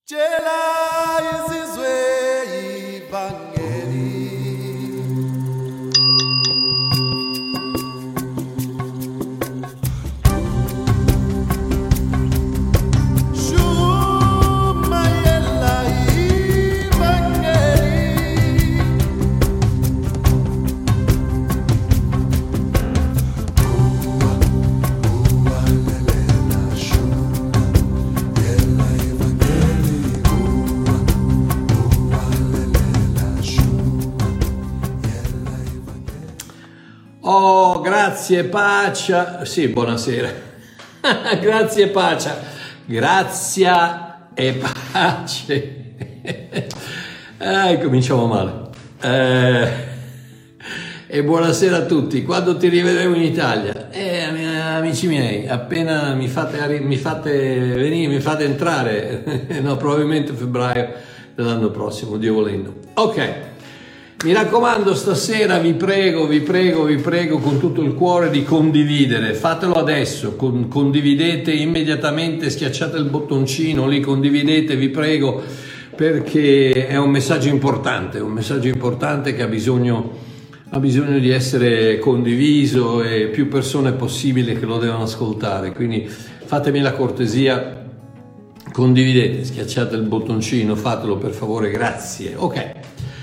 Oh, grazie Pacia. Sì, buonasera. Grazie Pacia. Grazia e pace. Cominciamo male. E buonasera a tutti. Quando ti rivedremo in Italia? Amici miei, appena mi fate venire, mi fate entrare, no, probabilmente febbraio dell'anno prossimo, Dio volendo. Ok. Mi raccomando, stasera vi prego con tutto il cuore di condividere, fatelo adesso, condividete immediatamente, schiacciate il bottoncino lì, condividete, vi prego, perché è un messaggio importante che ha bisogno di essere condiviso e più persone possibile che lo devono ascoltare, quindi fatemi la cortesia, condividete, schiacciate il bottoncino, fatelo per favore, grazie. Ok.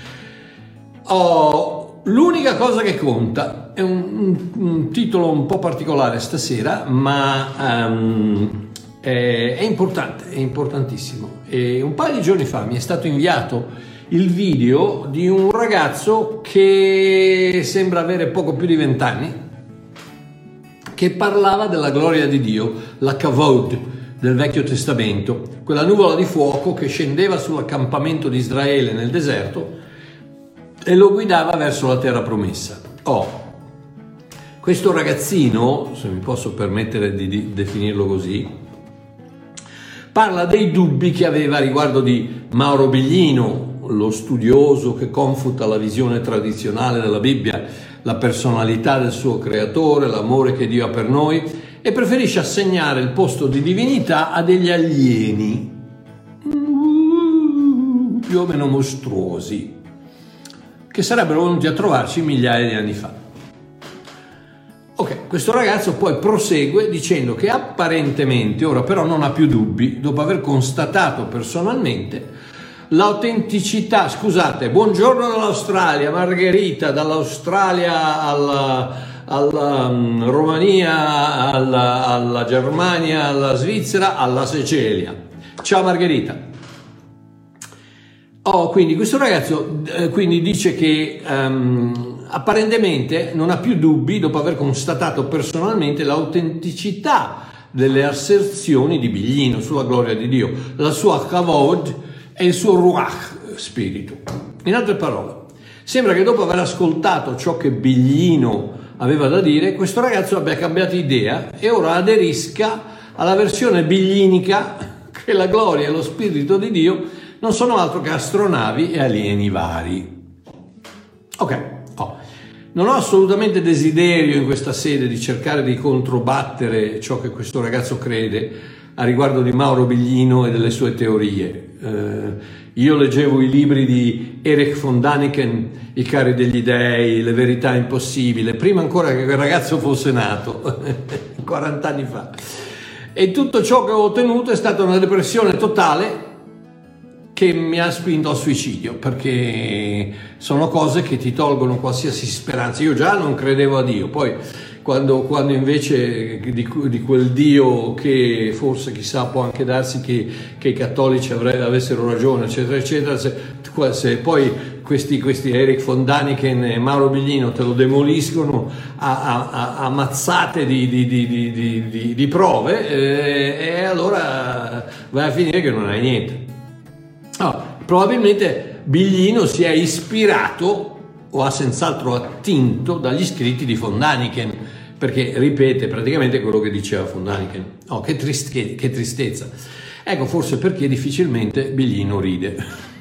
L'unica cosa che conta è un titolo un po' particolare stasera, ma è importante, è importantissimo. E un paio di giorni fa mi è stato inviato il video di un ragazzo che sembra avere poco più di 20 anni, che parlava della gloria di Dio, la Kavod del Vecchio Testamento, quella nuvola di fuoco che scendeva sull'accampamento di Israele nel deserto e lo guidava verso la terra promessa. Questo ragazzino, se mi posso permettere di definirlo così, parla dei dubbi che aveva riguardo di Mauro Biglino, lo studioso che confuta la visione tradizionale della Bibbia, la personalità del suo creatore, l'amore che Dio ha per noi, e preferisce assegnare il posto di divinità a degli alieni più o meno mostruosi, che sarebbero venuti a trovarci migliaia di anni fa. Ok, questo ragazzo poi prosegue dicendo che apparentemente, ora però non ha più dubbi, dopo aver constatato personalmente l'autenticità, scusate, buongiorno dall'Australia, Margherita, dall'Australia alla Romania, alla Germania, alla Svizzera, alla Sicilia. Ciao Margherita. Quindi questo ragazzo quindi dice che apparentemente non ha più dubbi dopo aver constatato personalmente l'autenticità delle asserzioni di Biglino sulla gloria di Dio, la sua Kavod e il suo Ruach, spirito. In altre parole, sembra che dopo aver ascoltato ciò che Biglino aveva da dire, questo ragazzo abbia cambiato idea e ora aderisca alla versione biglinica che la gloria e lo spirito di Dio non sono altro che astronavi e alieni vari. Ok, non ho assolutamente desiderio in questa sede di cercare di controbattere ciò che questo ragazzo crede a riguardo di Mauro Biglino e delle sue teorie. Io leggevo i libri di Erich von Däniken, I cari degli dei, Le verità impossibili, prima ancora che quel ragazzo fosse nato, 40 anni fa. E tutto ciò che ho ottenuto è stata una depressione totale che mi ha spinto al suicidio, perché sono cose che ti tolgono qualsiasi speranza. Io già non credevo a Dio, poi quando invece di quel Dio che forse chissà può anche darsi che i cattolici avessero ragione, eccetera eccetera, se poi questi Erich von Däniken e Mauro Biglino te lo demoliscono a mazzate di prove, e allora vai a finire che non hai niente. Probabilmente Biglino si è ispirato o ha senz'altro attinto dagli scritti di von Däniken, perché ripete praticamente quello che diceva von Däniken. Che tristezza. Ecco, forse perché difficilmente Biglino ride.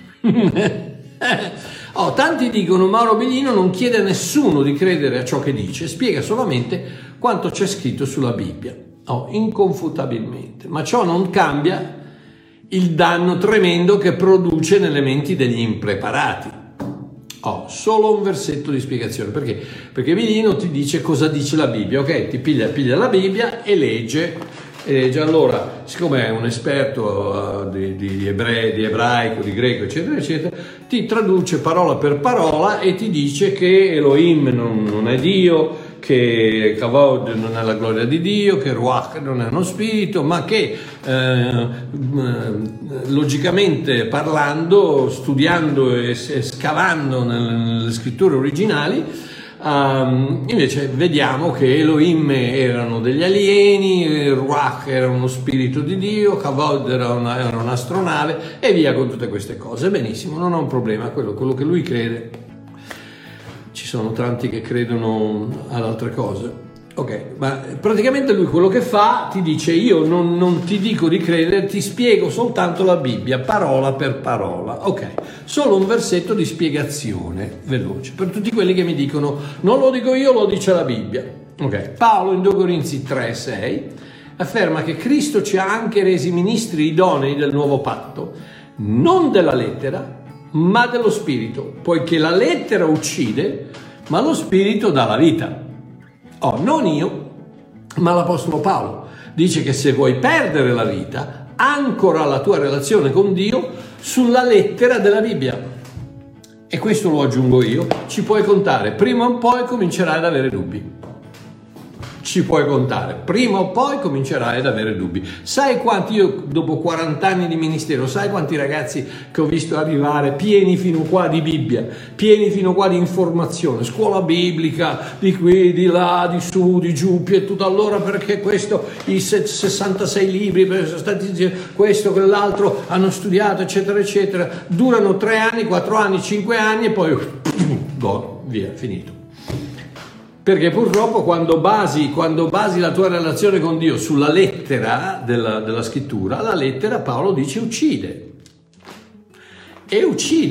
Tanti dicono Mauro Biglino non chiede a nessuno di credere a ciò che dice, spiega solamente quanto c'è scritto sulla Bibbia. Inconfutabilmente. Ma ciò non cambia il danno tremendo che produce nelle menti degli impreparati. Solo un versetto di spiegazione. Perché? Perché Biglino ti dice cosa dice la Bibbia, ok? Ti piglia la Bibbia e legge. Allora, siccome è un esperto di ebraico, di greco, eccetera, eccetera, ti traduce parola per parola e ti dice che Elohim non è Dio, che Kavod non è la gloria di Dio, che Ruach non è uno spirito, ma che logicamente parlando, studiando e scavando nelle scritture originali, invece vediamo che Elohim erano degli alieni, Ruach era uno spirito di Dio, Kavod era un'astronave e via con tutte queste cose. Benissimo, non ho un problema, quello che lui crede. Ci sono tanti che credono ad altre cose. Ok, ma praticamente lui quello che fa ti dice: io non ti dico di credere, ti spiego soltanto la Bibbia, parola per parola. Ok, solo un versetto di spiegazione veloce per tutti quelli che mi dicono non lo dico io, lo dice la Bibbia. Ok, Paolo in 2 Corinzi 3,6 afferma che Cristo ci ha anche resi ministri idonei del nuovo patto, non della lettera, ma dello spirito, poiché la lettera uccide, ma lo spirito dà la vita. Non io, ma l'Apostolo Paolo dice che se vuoi perdere la vita, ancora la tua relazione con Dio sulla lettera della Bibbia. E questo lo aggiungo io, ci puoi contare, prima o poi comincerai ad avere dubbi. Ci puoi contare, prima o poi comincerai ad avere dubbi. Sai quanti, io dopo 40 anni di ministero, sai quanti ragazzi che ho visto arrivare pieni fino qua di Bibbia, pieni fino qua di informazione, scuola biblica, di qui, di là, di su, di giù, e tutto. Allora perché questo, i 66 libri, sono stati questo, quell'altro, hanno studiato, eccetera, eccetera, durano 3 anni, 4 anni, 5 anni e poi via, finito. Perché purtroppo quando basi la tua relazione con Dio sulla lettera della scrittura, la lettera, Paolo dice, uccide. E uccide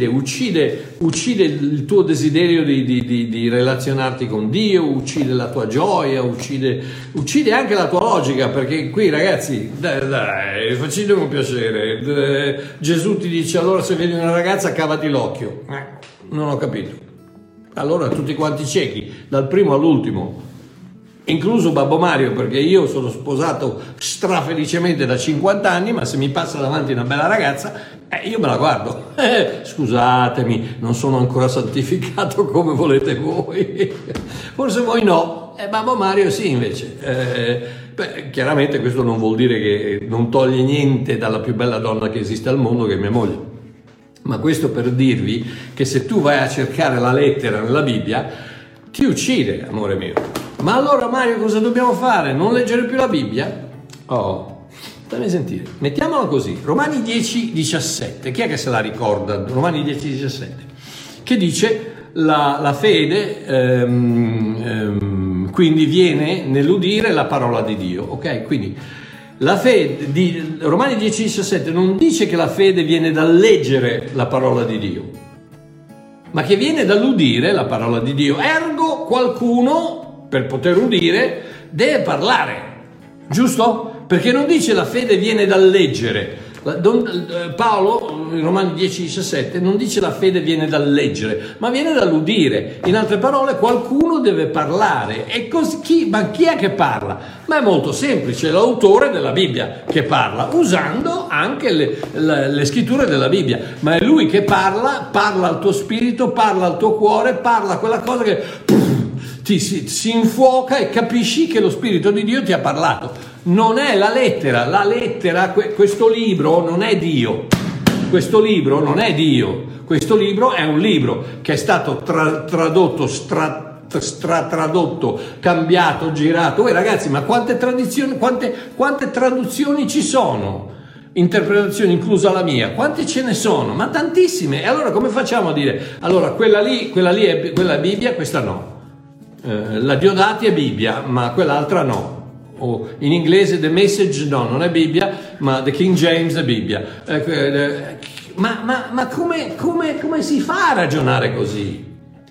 il tuo desiderio di relazionarti con Dio, uccide la tua gioia, uccide anche la tua logica, perché qui ragazzi, dai, facetemi un piacere, Gesù ti dice allora se vedi una ragazza cavati l'occhio, non ho capito. Allora tutti quanti ciechi, dal primo all'ultimo, incluso Babbo Mario, perché io sono sposato strafelicemente da 50 anni, ma se mi passa davanti una bella ragazza, io me la guardo. Scusatemi, non sono ancora santificato come volete voi. Forse voi no, Babbo Mario sì invece. Chiaramente questo non vuol dire che non toglie niente dalla più bella donna che esiste al mondo, che è mia moglie. Ma questo per dirvi che se tu vai a cercare la lettera nella Bibbia, ti uccide, amore mio. Ma allora Mario cosa dobbiamo fare? Non leggere più la Bibbia? Fammi sentire. Mettiamola così. Romani 10,17. Chi è che se la ricorda? Romani 10,17. Che dice la fede quindi viene nell'udire la parola di Dio. Ok? Quindi la fede di Romani 10,17 non dice che la fede viene dal leggere la parola di Dio, ma che viene dall'udire la parola di Dio. Ergo qualcuno, per poter udire, deve parlare, giusto? Perché non dice la fede viene dal leggere. Paolo, in Romani 10,17, non dice la fede viene dal leggere, ma viene dall'udire. In altre parole, qualcuno deve parlare. E ma chi è che parla? Ma è molto semplice, è l'autore della Bibbia che parla, usando anche le scritture della Bibbia. Ma è lui che parla al tuo spirito, parla al tuo cuore, parla quella cosa che si infuoca e capisci che lo Spirito di Dio ti ha parlato. Non è la lettera, questo libro non è Dio, questo libro non è Dio, questo libro è un libro che è stato tradotto, stratradotto, cambiato, girato. Ragazzi, ma quante traduzioni ci sono? Interpretazioni, inclusa la mia, quante ce ne sono? Ma tantissime. E allora come facciamo a dire, allora quella lì è quella Bibbia, questa no? La Diodati è Bibbia, ma quell'altra no. O in inglese The Message no, non è Bibbia, ma The King James è Bibbia. Ma come si fa a ragionare così?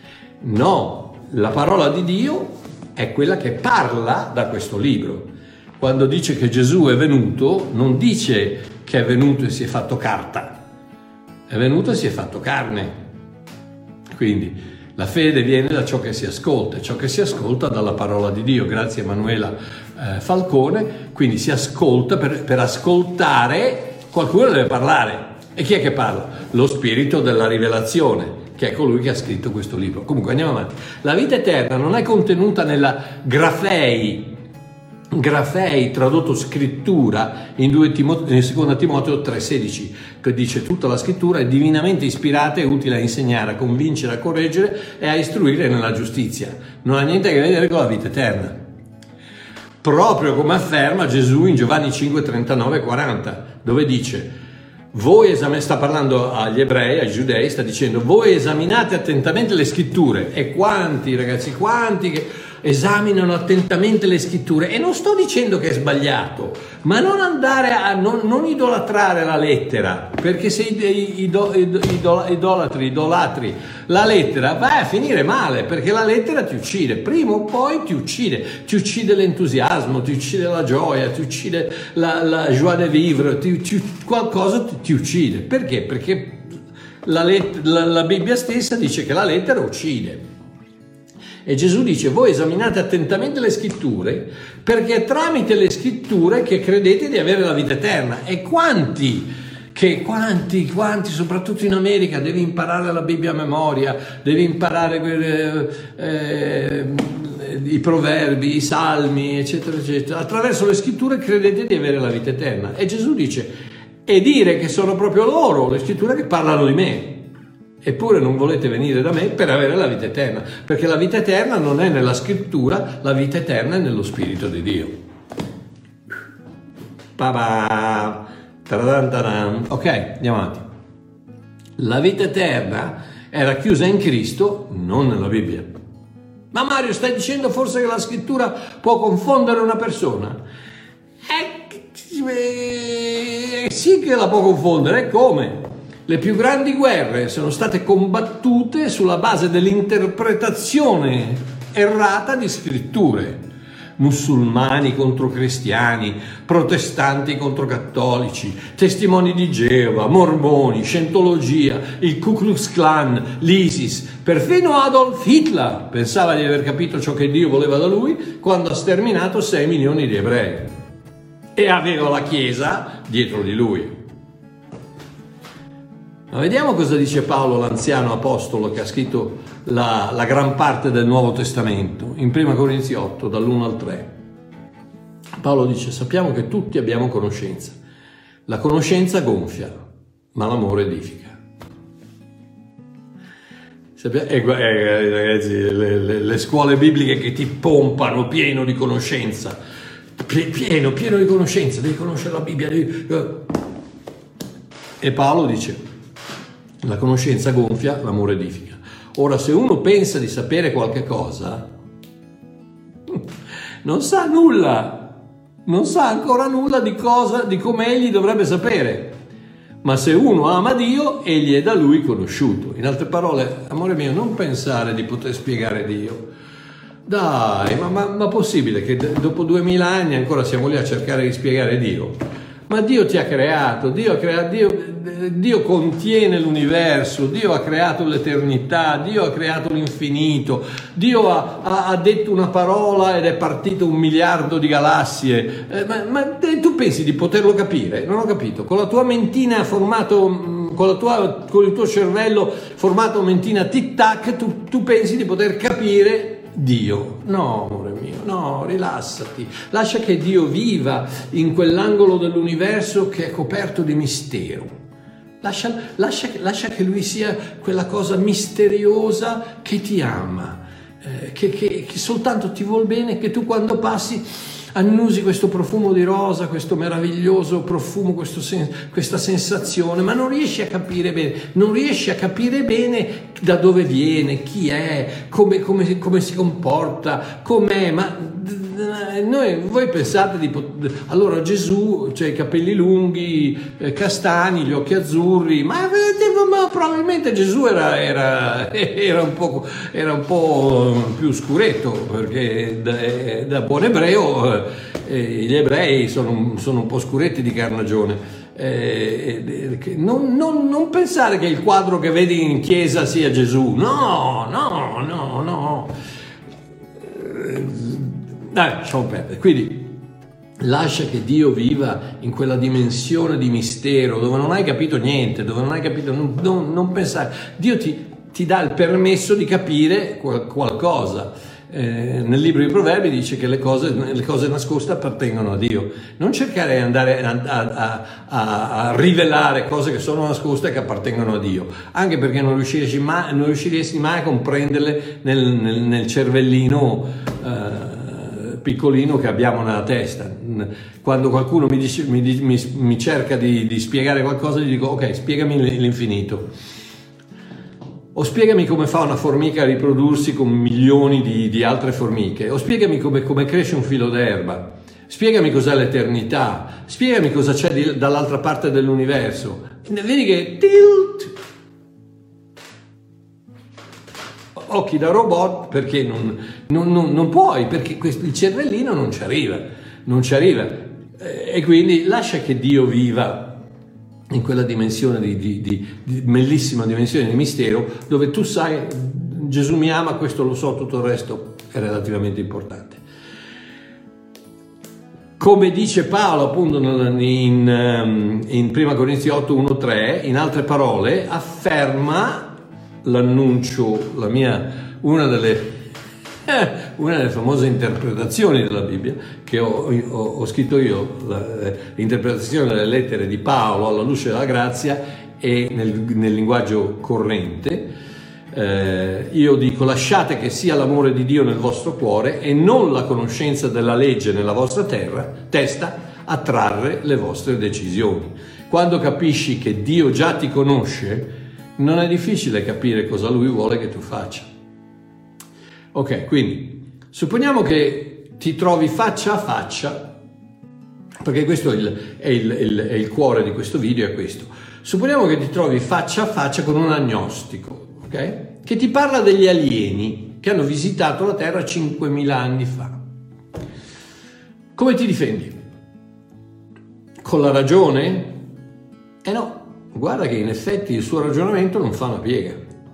No, la parola di Dio è quella che parla da questo libro. quando dice che Gesù è venuto, non dice che è venuto e si è fatto carta, è venuto e si è fatto carne. Quindi la fede viene da ciò che si ascolta, ciò che si ascolta dalla parola di Dio. Grazie Emanuela Falcone. Quindi si ascolta, per ascoltare qualcuno deve parlare. E chi è che parla? Lo spirito della rivelazione, che è colui che ha scritto questo libro. Comunque andiamo avanti. La vita eterna non è contenuta nella grafei, tradotto scrittura in 2 Timoteo 3,16, che dice: tutta la scrittura è divinamente ispirata e utile a insegnare, a convincere, a correggere e a istruire nella giustizia. Non ha niente a che vedere con la vita eterna, proprio come afferma Gesù in Giovanni 5, 39 e 40, dove dice: voi sta parlando agli ebrei, ai giudei, sta dicendo: voi esaminate attentamente le scritture. E quanti, ragazzi, quanti che esaminano attentamente le scritture? E non sto dicendo che è sbagliato, ma non andare non idolatrare la lettera, perché se idolatri la lettera, vai a finire male, perché la lettera ti uccide, prima o poi ti uccide l'entusiasmo, ti uccide la gioia, ti uccide la joie de vivre, qualcosa ti uccide. Perché? Perché la Bibbia stessa dice che la lettera uccide. E Gesù dice: voi esaminate attentamente le scritture, perché è tramite le scritture che credete di avere la vita eterna. E quanti, soprattutto in America, devi imparare la Bibbia a memoria, devi imparare i proverbi, i salmi, eccetera, eccetera. Attraverso le scritture credete di avere la vita eterna. E Gesù dice: e dire che sono proprio loro, le scritture, che parlano di me. Eppure non volete venire da me per avere la vita eterna, perché la vita eterna non è nella scrittura, la vita eterna è nello Spirito di Dio. Ok, andiamo avanti. La vita eterna era chiusa in Cristo, non nella Bibbia. Ma Mario, stai dicendo forse che la scrittura può confondere una persona? Sì che la può confondere, come? Le più grandi guerre sono state combattute sulla base dell'interpretazione errata di scritture. Musulmani contro cristiani, protestanti contro cattolici, testimoni di Geova, mormoni, scientologia, il Ku Klux Klan, l'ISIS, perfino Adolf Hitler pensava di aver capito ciò che Dio voleva da lui quando ha sterminato 6 milioni di ebrei e aveva la Chiesa dietro di lui. Ma vediamo cosa dice Paolo, l'anziano apostolo che ha scritto la gran parte del Nuovo Testamento, in 1 Corinzi 8, dall'1 al 3. Paolo dice: sappiamo che tutti abbiamo conoscenza. La conoscenza gonfia, ma l'amore edifica. Ragazzi, le scuole bibliche che ti pompano pieno di conoscenza, pieno di conoscenza, devi conoscere la Bibbia. E Paolo dice: la conoscenza gonfia, l'amore edifica. Ora, se uno pensa di sapere qualche cosa, non sa nulla, non sa ancora nulla di come egli dovrebbe sapere. Ma se uno ama Dio, egli è da lui conosciuto. In altre parole, amore mio, non pensare di poter spiegare Dio. Dai, ma possibile che dopo 2000 anni ancora siamo lì a cercare di spiegare Dio? Ma Dio ti ha creato, Dio contiene l'universo, Dio ha creato l'eternità, Dio ha creato l'infinito, Dio ha detto una parola ed è partito 1 miliardo di galassie. Ma tu pensi di poterlo capire? Non ho capito. Con la tua mentina con il tuo cervello formato mentina tic-tac, tu pensi di poter capire Dio? No, amore mio, no, rilassati, lascia che Dio viva in quell'angolo dell'universo che è coperto di mistero. Lascia che Lui sia quella cosa misteriosa che ti ama, che soltanto ti vuol bene, che tu quando passi annusi questo profumo di rosa, questo meraviglioso profumo, questa sensazione, ma non riesci a capire bene da dove viene, chi è, come si comporta, com'è, ma voi pensate allora Gesù, cioè i capelli lunghi, castani, gli occhi azzurri, ma No, probabilmente Gesù era un po' più scuretto, perché da buon ebreo gli ebrei sono un po' scuretti di carnagione. Non pensare che il quadro che vedi in chiesa sia Gesù, no. Lasciamo perdere. Quindi lascia che Dio viva in quella dimensione di mistero dove non hai capito niente, dove non hai capito, non pensare. Dio ti dà il permesso di capire qualcosa. Nel libro dei Proverbi dice che le cose nascoste appartengono a Dio. Non cercare di andare a rivelare cose che sono nascoste e che appartengono a Dio, anche perché non riusciresti mai a comprenderle nel cervellino piccolino che abbiamo nella testa. Quando qualcuno mi cerca di spiegare qualcosa, gli dico: ok, spiegami l'infinito, o spiegami come fa una formica a riprodursi con milioni di altre formiche, o spiegami come cresce un filo d'erba, spiegami cos'è l'eternità, spiegami cosa c'è dall'altra parte dell'universo. Vedi che tilt, occhi da robot, perché non puoi, perché il cervellino non ci arriva, e quindi lascia che Dio viva in quella dimensione di bellissima dimensione di mistero, dove tu sai Gesù mi ama, questo lo so, tutto il resto è relativamente importante. Come dice Paolo appunto in 1 Corinzi 8, 1, 3, in altre parole, afferma l'annuncio, una delle famose interpretazioni della Bibbia che ho scritto io, l'interpretazione delle lettere di Paolo alla luce della grazia e nel linguaggio corrente. Io dico: lasciate che sia l'amore di Dio nel vostro cuore e non la conoscenza della legge nella vostra testa a trarre le vostre decisioni. Quando capisci che Dio già ti conosce, non è difficile capire cosa Lui vuole che tu faccia. Ok, quindi supponiamo che ti trovi faccia a faccia, perché questo è il cuore di questo video, è questo. Supponiamo che ti trovi faccia a faccia con un agnostico, ok? Che ti parla degli alieni che hanno visitato la Terra 5.000 anni fa. Come ti difendi? Con la ragione? No. Guarda che in effetti il suo ragionamento non fa una piega.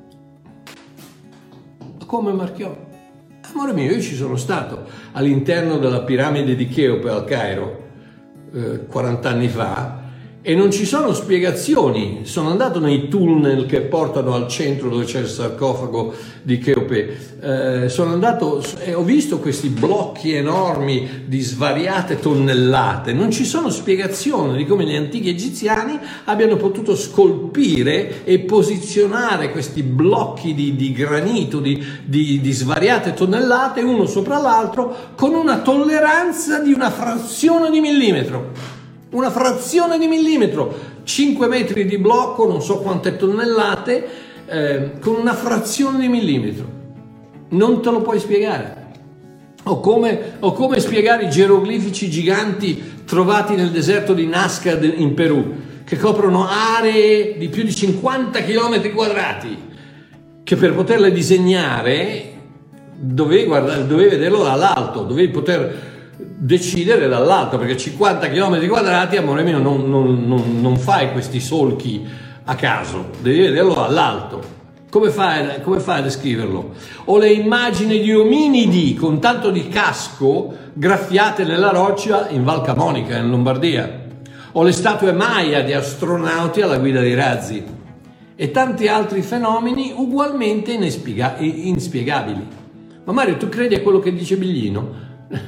Come Marchiò? Amore mio, io ci sono stato all'interno della piramide di Cheope al Cairo 40 anni fa e non ci sono spiegazioni. Sono andato nei tunnel che portano al centro dove c'è il sarcofago di Cheope, sono andato e ho visto questi blocchi enormi di svariate tonnellate. Non ci sono spiegazioni di come gli antichi egiziani abbiano potuto scolpire e posizionare questi blocchi di granito di svariate tonnellate uno sopra l'altro con una tolleranza di una frazione di millimetro. Una frazione di millimetro, 5 metri di blocco, non so quante tonnellate, con una frazione di millimetro. Non te lo puoi spiegare. O come spiegare i geroglifici giganti trovati nel deserto di Nazca in Perù, che coprono aree di più di 50 km quadrati, che per poterle disegnare dovevi vederlo dall'alto, dovevi poter decidere dall'alto, perché 50 km quadrati, amore mio, non fai questi solchi a caso, devi vederlo dall'alto. Come fai a descriverlo? O le immagini di ominidi con tanto di casco graffiate nella roccia in Val Camonica, in Lombardia, o le statue Maya di astronauti alla guida dei razzi, e tanti altri fenomeni ugualmente inspiegabili. Ma Mario, tu credi a quello che dice Biglino?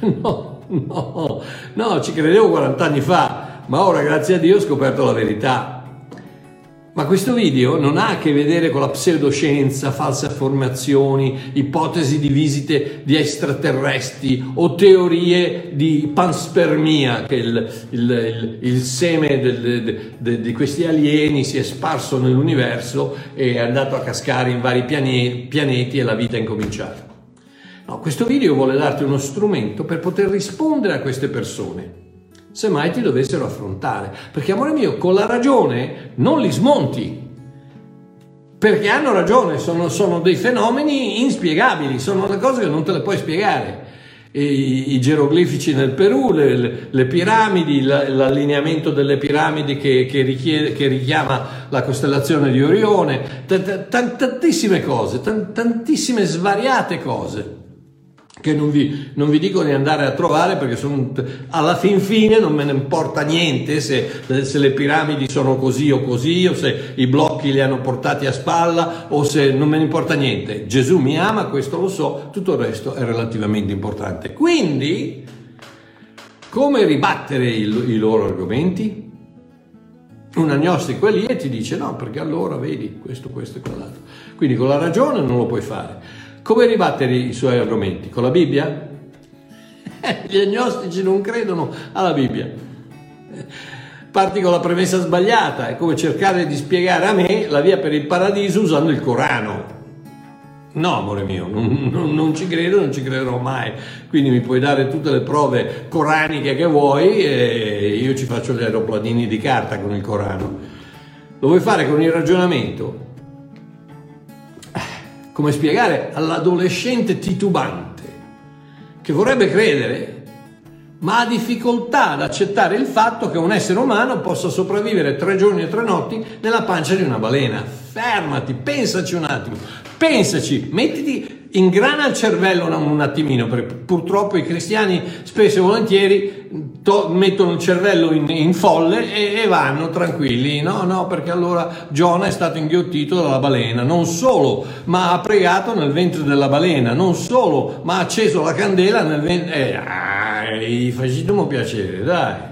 No, ci credevo 40 anni fa, ma ora grazie a Dio ho scoperto la verità. Ma questo video non ha a che vedere con la pseudoscienza, false affermazioni, ipotesi di visite di extraterrestri o teorie di panspermia, che il seme di questi alieni si è sparso nell'universo e è andato a cascare in vari pianeti e la vita è incominciata. No, questo video vuole darti uno strumento per poter rispondere a queste persone, se mai ti dovessero affrontare. Perché, amore mio, con la ragione non li smonti. perché hanno ragione, sono dei fenomeni inspiegabili, sono le cose che non te le puoi spiegare. I geroglifici nel Perù, le piramidi, l'allineamento delle piramidi che richiama la costellazione di Orione, tantissime cose, tantissime svariate cose che non vi dico di andare a trovare, perché alla fin fine non me ne importa niente se le piramidi sono così o se i blocchi li hanno portati a spalla, o se non me ne importa niente. Gesù mi ama, questo lo so, tutto il resto è relativamente importante. Quindi, come ribattere i loro argomenti? Un agnostico è lì e ti dice no, perché allora vedi questo e quell'altro. Quindi con la ragione non lo puoi fare. Come ribattere i suoi argomenti? Con la Bibbia? Gli agnostici non credono alla Bibbia. Parti con la premessa sbagliata, è come cercare di spiegare a me la via per il paradiso usando il Corano. No, amore mio, non ci credo, non ci crederò mai. Quindi mi puoi dare tutte le prove coraniche che vuoi e io ci faccio gli aeroplanini di carta con il Corano. Lo vuoi fare con il ragionamento? Come spiegare all'adolescente titubante che vorrebbe credere, ma ha difficoltà ad accettare il fatto che un essere umano possa sopravvivere 3 giorni e 3 notti nella pancia di una balena. Fermati, pensaci un attimo, pensaci, mettiti, ingrana il cervello un attimino, perché purtroppo i cristiani spesso e volentieri mettono il cervello in folle e vanno tranquilli. No, perché allora Giona è stato inghiottito dalla balena, non solo, ma ha pregato nel ventre della balena, non solo, ma ha acceso la candela nel ventre. Gli facciamo piacere, dai.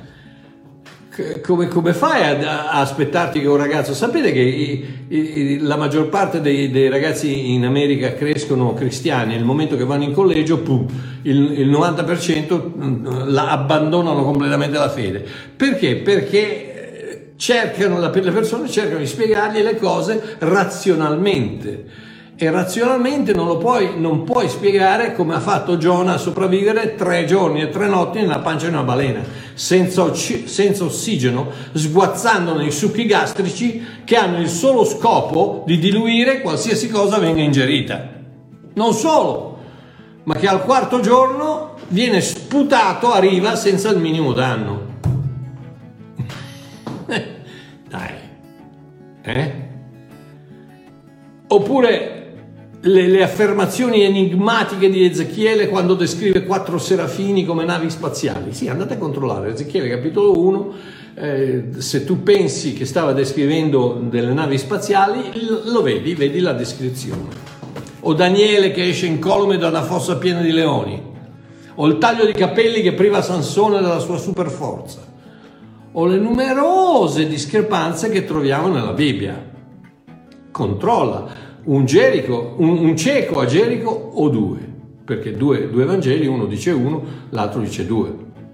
Come fai a aspettarti che un ragazzo... Sapete che la maggior parte dei ragazzi in America crescono cristiani, nel momento che vanno in collegio, il 90% abbandonano completamente la fede. Perché? Perché le persone cercano di spiegargli le cose razionalmente. E razionalmente non puoi spiegare come ha fatto Giona a sopravvivere 3 giorni e 3 notti nella pancia di una balena, senza ossigeno, sguazzando nei succhi gastrici che hanno il solo scopo di diluire qualsiasi cosa venga ingerita. Non solo, ma che al 4º giorno viene sputato a riva senza il minimo danno. Dai. Oppure le affermazioni enigmatiche di Ezechiele quando descrive 4 serafini come navi spaziali. Sì, andate a controllare Ezechiele capitolo 1, se tu pensi che stava descrivendo delle navi spaziali, lo vedi la descrizione. O Daniele che esce incolume da una fossa piena di leoni, o il taglio di capelli che priva Sansone della sua superforza, o le numerose discrepanze che troviamo nella Bibbia. Controlla. Un cieco a Gerico o 2, perché due Vangeli, uno dice 1, l'altro dice 2.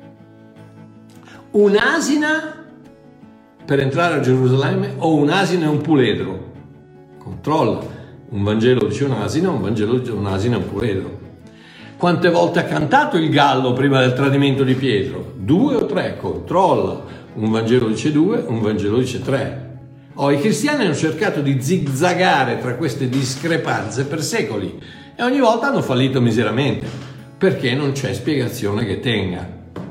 Un'asina per entrare a Gerusalemme o un'asina e un puledro? Controlla. Un Vangelo dice un'asina, un Vangelo dice un'asina e un puledro. Quante volte ha cantato il gallo prima del tradimento di Pietro? 2 o 3? Controlla. Un Vangelo dice 2, un Vangelo dice 3. I cristiani hanno cercato di zigzagare tra queste discrepanze per secoli e ogni volta hanno fallito miseramente, perché non c'è spiegazione che tenga.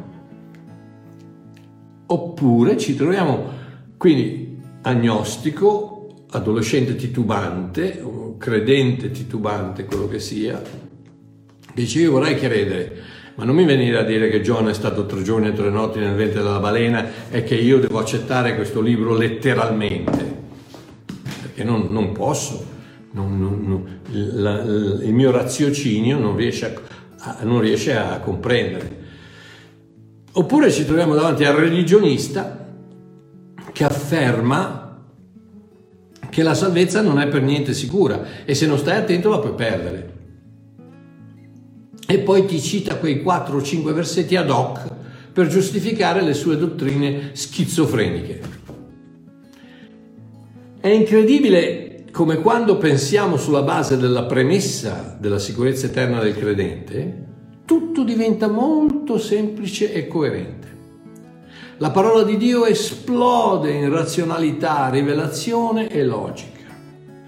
Oppure ci troviamo, quindi, agnostico, adolescente titubante, credente titubante, quello che sia, dice io vorrei credere, ma non mi venire a dire che Giona è stato 3 giorni e 3 notti nel ventre della balena e che io devo accettare questo libro letteralmente, perché non posso, il mio raziocinio non riesce a comprendere. Oppure ci troviamo davanti al religionista che afferma che la salvezza non è per niente sicura e se non stai attento la puoi perdere. E poi ti cita quei 4 o 5 versetti ad hoc per giustificare le sue dottrine schizofreniche. È incredibile come quando pensiamo sulla base della premessa della sicurezza eterna del credente, tutto diventa molto semplice e coerente. La parola di Dio esplode in razionalità, rivelazione e logica.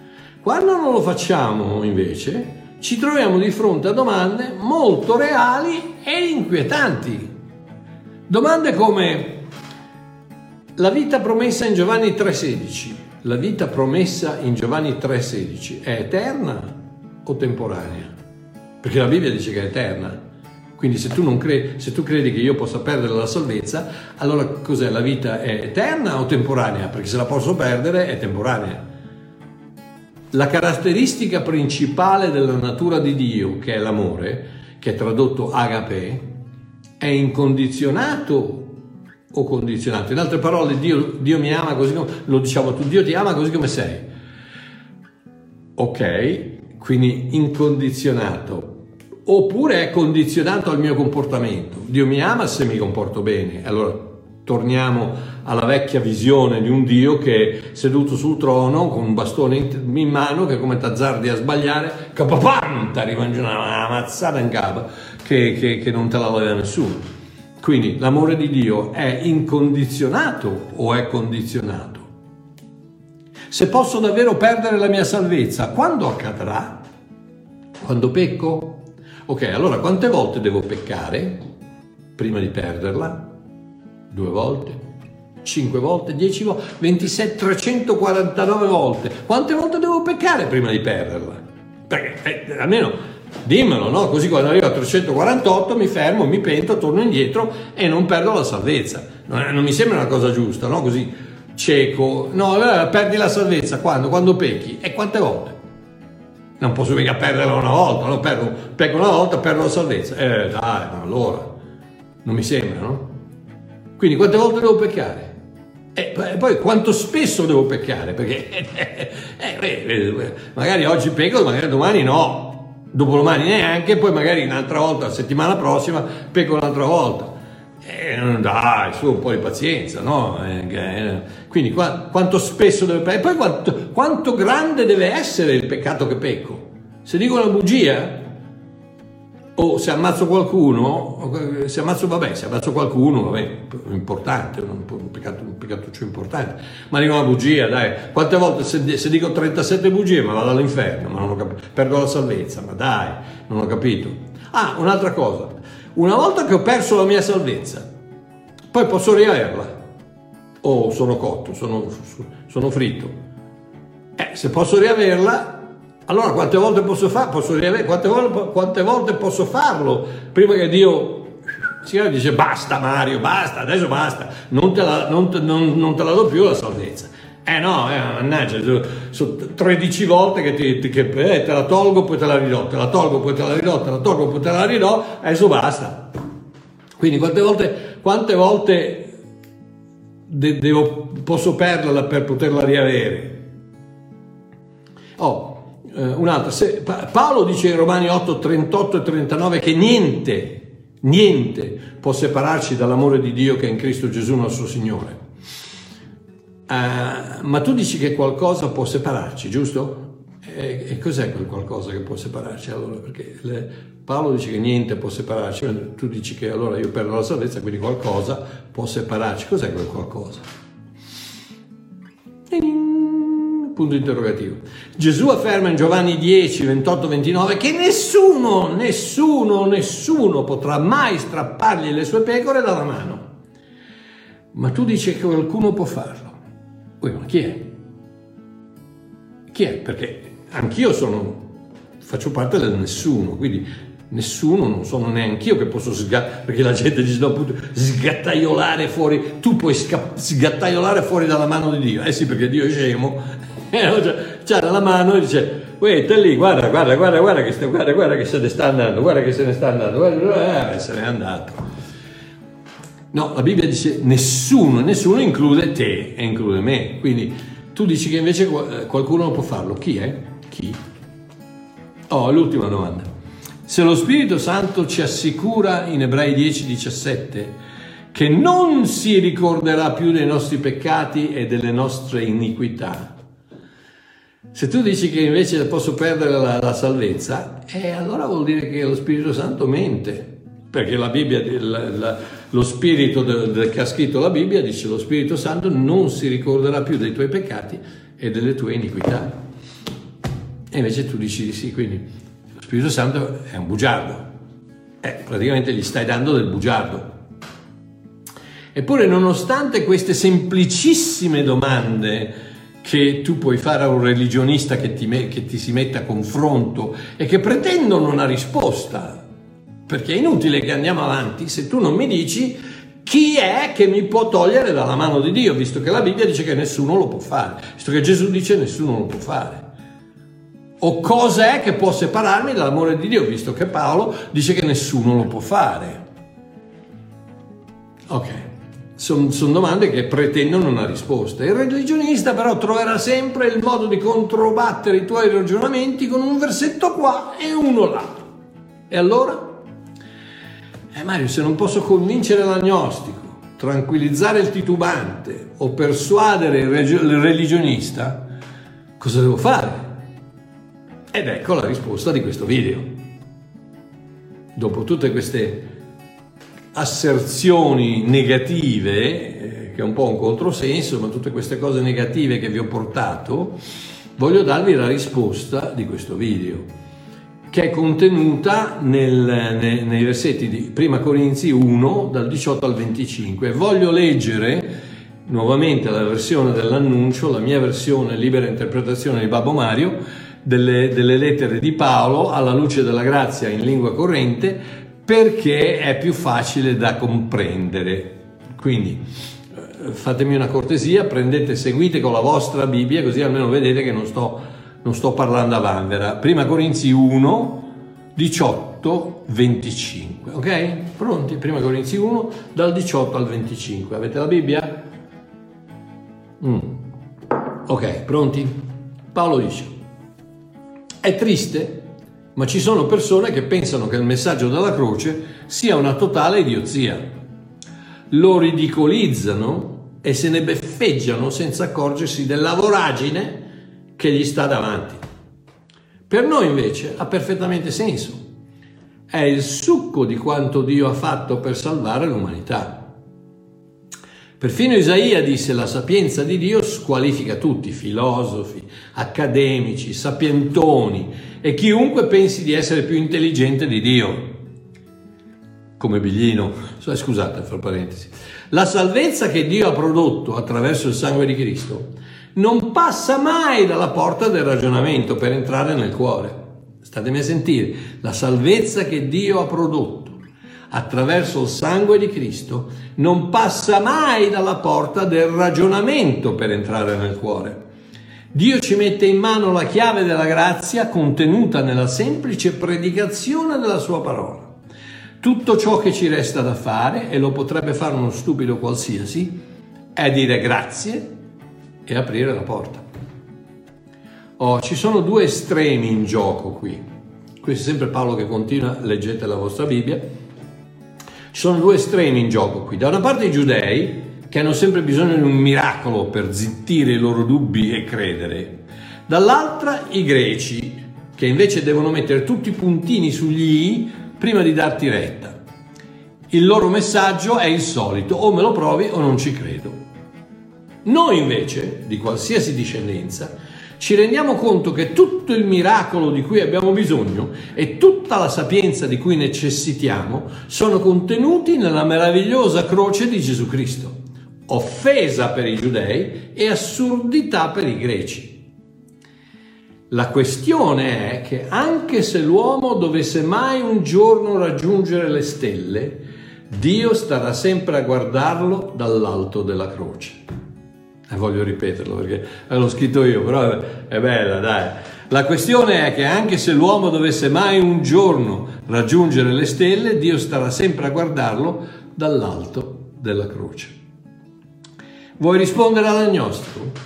Quando non lo facciamo, invece, ci troviamo di fronte a domande molto reali e inquietanti. Domande come: la vita promessa in Giovanni 3,16. La vita promessa in Giovanni 3,16 è eterna o temporanea? Perché la Bibbia dice che è eterna. Quindi se tu credi che io possa perdere la salvezza, allora cos'è? La vita è eterna o temporanea? Perché se la posso perdere è temporanea. La caratteristica principale della natura di Dio, che è l'amore, che è tradotto agape, è incondizionato o condizionato. In altre parole, Dio mi ama così come, lo diciamo tu, Dio ti ama così come sei. Ok, quindi incondizionato. Oppure è condizionato al mio comportamento. Dio mi ama se mi comporto bene. Allora torniamo alla vecchia visione di un Dio che è seduto sul trono con un bastone in mano, che come t'azzardi a sbagliare, capapam, ti rimangi una mazzata in capo che non te la leva nessuno. Quindi l'amore di Dio è incondizionato o è condizionato? Se posso davvero perdere la mia salvezza, quando accadrà? Quando pecco? Ok, allora quante volte devo peccare prima di perderla? 2 volte? 5 volte? 10 volte? 27, 349 volte? Quante volte devo peccare prima di perderla? Perché almeno dimmelo, no? Così quando arrivo a 348 mi fermo, mi pento, torno indietro e non perdo la salvezza. Non mi sembra una cosa giusta, no? Così cieco. No, allora perdi la salvezza quando? Quando pecchi. E quante volte? Non posso mica perderla una volta, no? Pecco una volta, perdo la salvezza. Dai, no, allora, non mi sembra, no? Quindi quante volte devo peccare? E poi quanto spesso devo peccare? Perché magari oggi pecco, magari domani no, dopodomani neanche, poi magari un'altra volta, la settimana prossima, pecco un'altra volta. Dai, su un po' di pazienza, no? Quindi quanto spesso deve peccare? E poi quanto grande deve essere il peccato che pecco? Se dico una bugia, o se ammazzo qualcuno, se ammazzo qualcuno, vabbè, importante, un peccatuccio importante, ma dico una bugia, dai, quante volte se dico 37 bugie, ma vado all'inferno, ma non ho capito, perdo la salvezza, ma dai, non ho capito. Ah, un'altra cosa. Una volta che ho perso la mia salvezza, poi posso riaverla? O sono cotto, sono fritto? Se posso riaverla, allora quante volte posso quante volte posso farlo? Prima che Dio dice basta Mario, basta, adesso basta, non te la do più la salvezza. Mannaggia, sono 13 volte che te la tolgo, poi te la ridò, te la tolgo, poi te la ridò, te la tolgo, poi te la ridò, adesso basta. Quindi quante volte posso perderla per poterla riavere? Un'altra. Paolo dice in Romani 8, 38 e 39 che niente può separarci dall'amore di Dio che è in Cristo Gesù nostro Signore. Ma tu dici che qualcosa può separarci, giusto? E cos'è quel qualcosa che può separarci? Allora, perché Paolo dice che niente può separarci, tu dici che allora io perdo la salvezza, quindi qualcosa può separarci. Cos'è quel qualcosa? Punto interrogativo. Gesù afferma in Giovanni 10, 28, 29 che nessuno potrà mai strappargli le sue pecore dalla mano. Ma tu dici che qualcuno può farlo. Ma chi è? Chi è? Perché anch'io faccio parte del nessuno, quindi nessuno, non sono neanche io che posso perché la gente dice no, sgattaiolare fuori, tu puoi sgattaiolare fuori dalla mano di Dio. Sì, perché Dio è scemo, c'ha la mano e dice te lì, guarda che se ne sta andando, se ne è andato. No, la Bibbia dice nessuno include te e include me, quindi tu dici che invece qualcuno non può farlo. Chi è? Chi? L'ultima domanda. Se lo Spirito Santo ci assicura in Ebrei 10:17 che non si ricorderà più dei nostri peccati e delle nostre iniquità, se tu dici che invece posso perdere la salvezza, allora vuol dire che lo Spirito Santo mente. Perché la Bibbia, lo spirito che ha scritto la Bibbia dice lo Spirito Santo non si ricorderà più dei tuoi peccati e delle tue iniquità. E invece tu dici di sì, quindi lo Spirito Santo è un bugiardo. Praticamente gli stai dando del bugiardo. Eppure, nonostante queste semplicissime domande che tu puoi fare a un religionista che ti si mette a confronto e che pretendono una risposta, perché è inutile che andiamo avanti se tu non mi dici chi è che mi può togliere dalla mano di Dio, visto che la Bibbia dice che nessuno lo può fare, visto che Gesù dice che nessuno lo può fare. O cosa è che può separarmi dall'amore di Dio, visto che Paolo dice che nessuno lo può fare. Ok, sono domande che pretendono una risposta. Il religionista però troverà sempre il modo di controbattere i tuoi ragionamenti con un versetto qua e uno là. E allora? Mario, se non posso convincere l'agnostico, tranquillizzare il titubante o persuadere il religionista, cosa devo fare? Ed ecco la risposta di questo video. Dopo tutte queste asserzioni negative, che è un po' un controsenso, ma tutte queste cose negative che vi ho portato, voglio darvi la risposta di questo video, che è contenuta nei versetti di 1 Corinzi 1, dal 18 al 25. Voglio leggere nuovamente la versione dell'annuncio, la mia versione libera interpretazione di Babbo Mario, delle lettere di Paolo alla luce della grazia in lingua corrente, perché è più facile da comprendere. Quindi fatemi una cortesia, seguite con la vostra Bibbia, così almeno vedete che non sto parlando a vanvera. 1 Corinzi 1, 18, 25. Ok? Pronti? 1 Corinzi 1, dal 18 al 25. Avete la Bibbia? Ok, pronti? Paolo dice: è triste, ma ci sono persone che pensano che il messaggio della croce sia una totale idiozia. Lo ridicolizzano e se ne beffeggiano senza accorgersi della voragine che gli sta davanti. Per noi invece ha perfettamente senso. È il succo di quanto Dio ha fatto per salvare l'umanità. Perfino Isaia disse: la sapienza di Dio squalifica tutti, filosofi, accademici, sapientoni e chiunque pensi di essere più intelligente di Dio. Come Biglino, scusate, fra parentesi. La salvezza che Dio ha prodotto attraverso il sangue di Cristo non passa mai dalla porta del ragionamento per entrare nel cuore. Statemi a sentire, la salvezza che Dio ha prodotto attraverso il sangue di Cristo non passa mai dalla porta del ragionamento per entrare nel cuore. Dio ci mette in mano la chiave della grazia contenuta nella semplice predicazione della sua parola. Tutto ciò che ci resta da fare, e lo potrebbe fare uno stupido qualsiasi, è dire grazie e aprire la porta. Ci sono due estremi in gioco qui. Questo è sempre Paolo che continua, leggete la vostra Bibbia. Ci sono due estremi in gioco qui. Da una parte i giudei, che hanno sempre bisogno di un miracolo per zittire i loro dubbi e credere. Dall'altra i greci, che invece devono mettere tutti i puntini sugli i prima di darti retta. Il loro messaggio è il solito: o me lo provi o non ci credo. Noi invece, di qualsiasi discendenza, ci rendiamo conto che tutto il miracolo di cui abbiamo bisogno e tutta la sapienza di cui necessitiamo sono contenuti nella meravigliosa croce di Gesù Cristo, offesa per i giudei e assurdità per i greci. La questione è che anche se l'uomo dovesse mai un giorno raggiungere le stelle, Dio starà sempre a guardarlo dall'alto della croce. Voglio ripeterlo perché l'ho scritto io, però è bella, dai. La questione è che anche se l'uomo dovesse mai un giorno raggiungere le stelle, Dio starà sempre a guardarlo dall'alto della croce. Vuoi rispondere all'agnostico?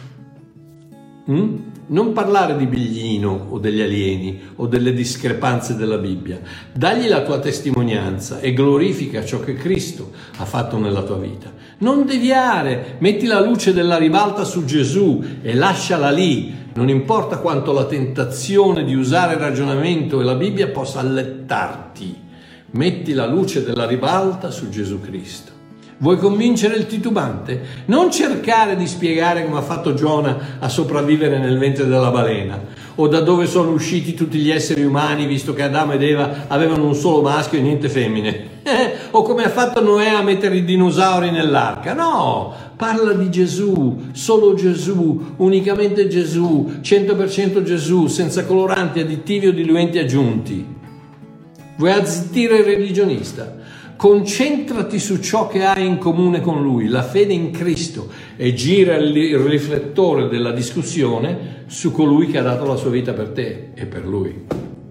Non parlare di Biglino o degli alieni o delle discrepanze della Bibbia. Dagli la tua testimonianza e glorifica ciò che Cristo ha fatto nella tua vita. Non deviare, metti la luce della ribalta su Gesù e lasciala lì. Non importa quanto la tentazione di usare il ragionamento e la Bibbia possa allettarti. Metti la luce della ribalta su Gesù Cristo. Vuoi convincere il titubante? Non cercare di spiegare come ha fatto Giona a sopravvivere nel ventre della balena, O da dove sono usciti tutti gli esseri umani, visto che Adamo ed Eva avevano un solo maschio e niente femmine? O come ha fatto Noè a mettere i dinosauri nell'arca? No, parla di Gesù, solo Gesù, unicamente Gesù, 100% Gesù, senza coloranti, additivi o diluenti aggiunti. Vuoi azzittire il religionista? Concentrati su ciò che hai in comune con lui, la fede in Cristo, e gira il riflettore della discussione su colui che ha dato la sua vita per te e per lui.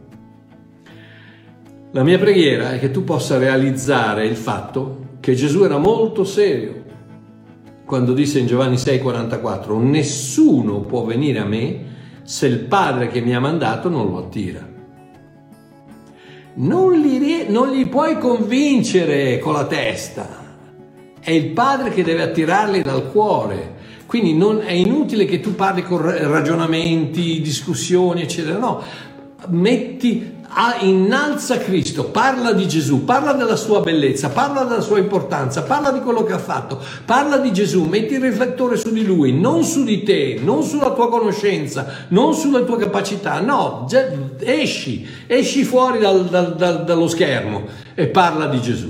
La mia preghiera è che tu possa realizzare il fatto che Gesù era molto serio quando disse in Giovanni 6,44: nessuno può venire a me se il Padre che mi ha mandato non lo attira. Non li puoi convincere con la testa, è il Padre che deve attirarli dal cuore. Quindi è inutile che tu parli con ragionamenti, discussioni, eccetera. No, innalza Cristo, parla di Gesù, parla della sua bellezza, parla della sua importanza, parla di quello che ha fatto, parla di Gesù, metti il riflettore su di lui, non su di te, non sulla tua conoscenza, non sulle tue capacità. No, esci fuori dallo schermo e parla di Gesù.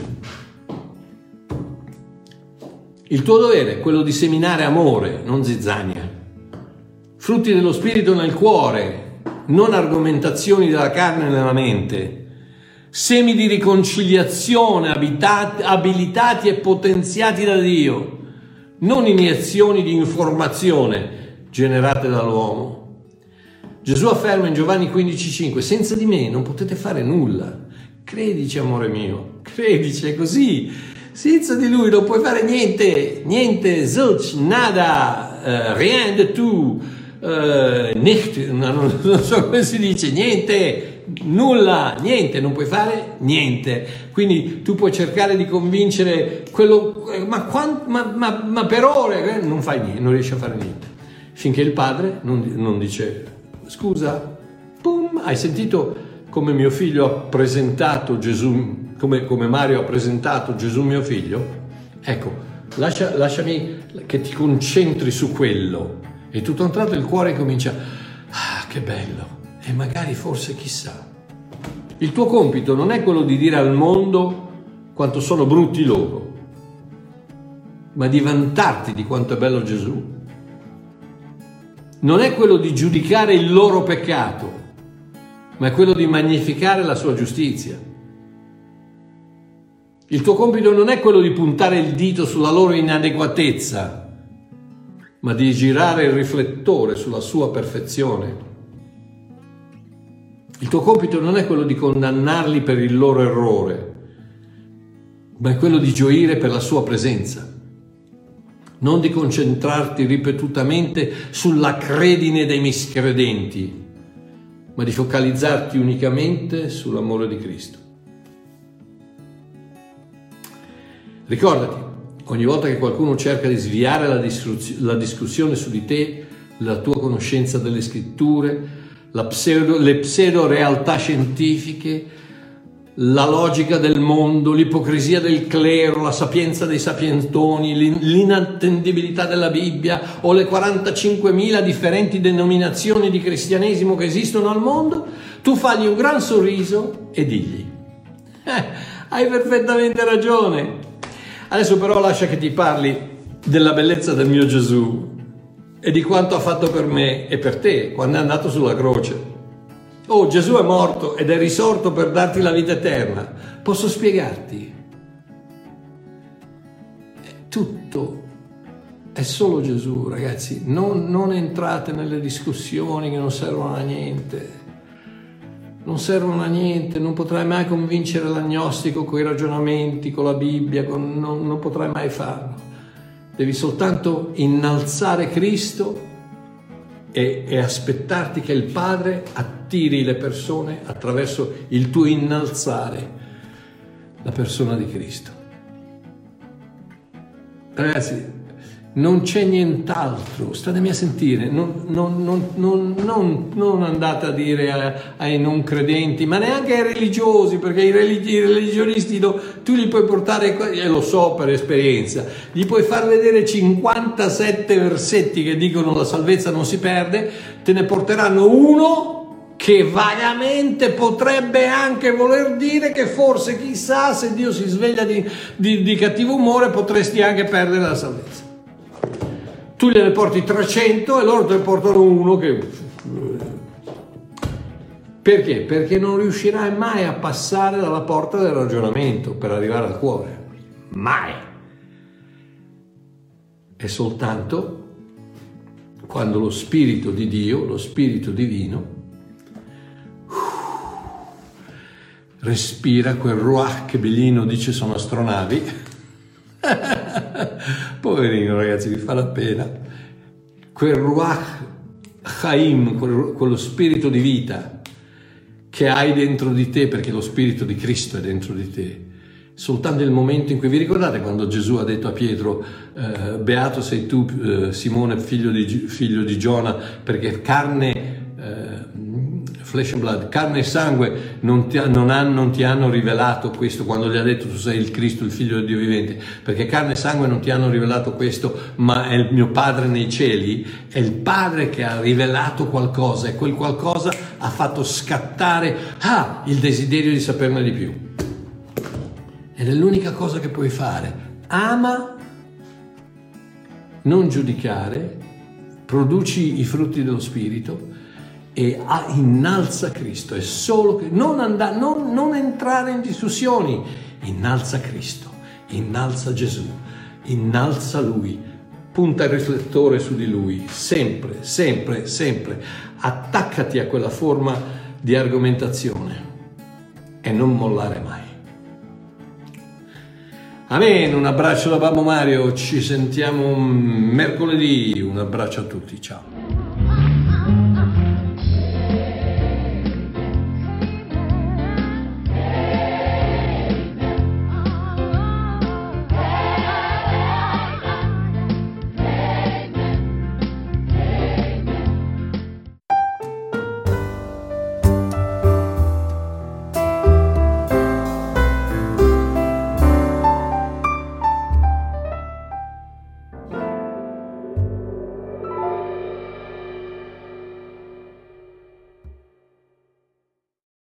Il tuo dovere è quello di seminare amore, non zizzania, frutti dello Spirito nel cuore, non argomentazioni della carne nella mente, semi di riconciliazione abilitati e potenziati da Dio, non iniezioni di informazione generate dall'uomo. Gesù afferma in Giovanni 15,5: senza di me non potete fare nulla. Credici, amore mio, credici, è così. Senza di lui non puoi fare niente, zilch, nada, rien de tout. Nicht, non so come si dice, niente, nulla, niente, non puoi fare niente. Quindi tu puoi cercare di convincere quello, ma per ore non fai niente, non riesci a fare niente, finché il padre non dice: scusa, pum, hai sentito come mio figlio ha presentato Gesù, come Mario ha presentato Gesù mio figlio? Ecco, lasciami che ti concentri su quello. E tutto a un tratto il cuore comincia: ah, che bello, e magari forse chissà. Il tuo compito non è quello di dire al mondo quanto sono brutti loro, ma di vantarti di quanto è bello Gesù. Non è quello di giudicare il loro peccato, ma è quello di magnificare la sua giustizia. Il tuo compito non è quello di puntare il dito sulla loro inadeguatezza, ma di girare il riflettore sulla sua perfezione. Il tuo compito non è quello di condannarli per il loro errore, ma è quello di gioire per la sua presenza. Non di concentrarti ripetutamente sulla credine dei miscredenti, ma di focalizzarti unicamente sull'amore di Cristo. Ricordati, ogni volta che qualcuno cerca di sviare la discussione su di te, la tua conoscenza delle scritture, le pseudo realtà scientifiche, la logica del mondo, l'ipocrisia del clero, la sapienza dei sapientoni, l'inattendibilità della Bibbia o le 45.000 differenti denominazioni di cristianesimo che esistono al mondo, tu fagli un gran sorriso e digli: hai perfettamente ragione. Adesso però lascia che ti parli della bellezza del mio Gesù e di quanto ha fatto per me e per te quando è andato sulla croce. Oh, Gesù è morto ed è risorto per darti la vita eterna. Posso spiegarti? Tutto è solo Gesù, ragazzi. Non entrate nelle discussioni che non servono a niente. Non servono a niente, non potrai mai convincere l'agnostico con i ragionamenti, con la Bibbia, non potrai mai farlo. Devi soltanto innalzare Cristo e aspettarti che il Padre attiri le persone attraverso il tuo innalzare la persona di Cristo. Ragazzi, Non c'è nient'altro, statemi a sentire, non andate a dire ai non credenti, ma neanche ai religiosi, perché i religionisti tu li puoi portare, e lo so per esperienza, gli puoi far vedere 57 versetti che dicono la salvezza non si perde, te ne porteranno uno che vagamente potrebbe anche voler dire che forse, chissà, se Dio si sveglia di cattivo umore potresti anche perdere la salvezza. Tu gliene porti 300 e loro te ne portano uno che... Perché? Perché non riuscirai mai a passare dalla porta del ragionamento per arrivare al cuore. Mai! È soltanto quando lo Spirito di Dio, lo Spirito Divino, respira quel ruach che Bellino dice sono astronavi. Poverino, ragazzi, vi fa la pena. Quel ruach chaim, quello spirito di vita che hai dentro di te, perché lo spirito di Cristo è dentro di te. Soltanto il momento in cui, vi ricordate quando Gesù ha detto a Pietro, beato sei tu, Simone, figlio di Giona, perché flesh and blood, carne e sangue non ti hanno rivelato questo, quando gli ha detto tu sei il Cristo, il figlio del Dio vivente, perché carne e sangue non ti hanno rivelato questo, ma è il mio Padre nei cieli, è il Padre che ha rivelato qualcosa, e quel qualcosa ha fatto scattare il desiderio di saperne di più. Ed è l'unica cosa che puoi fare. Ama, non giudicare, produci i frutti dello Spirito e innalza Cristo. È solo che non entrare in discussioni. Innalza Cristo, innalza Gesù, innalza Lui, punta il riflettore su di Lui, sempre, sempre, sempre. Attaccati a quella forma di argomentazione e non mollare mai. Amen, un abbraccio da Babbo Mario, ci sentiamo mercoledì, un abbraccio a tutti, ciao.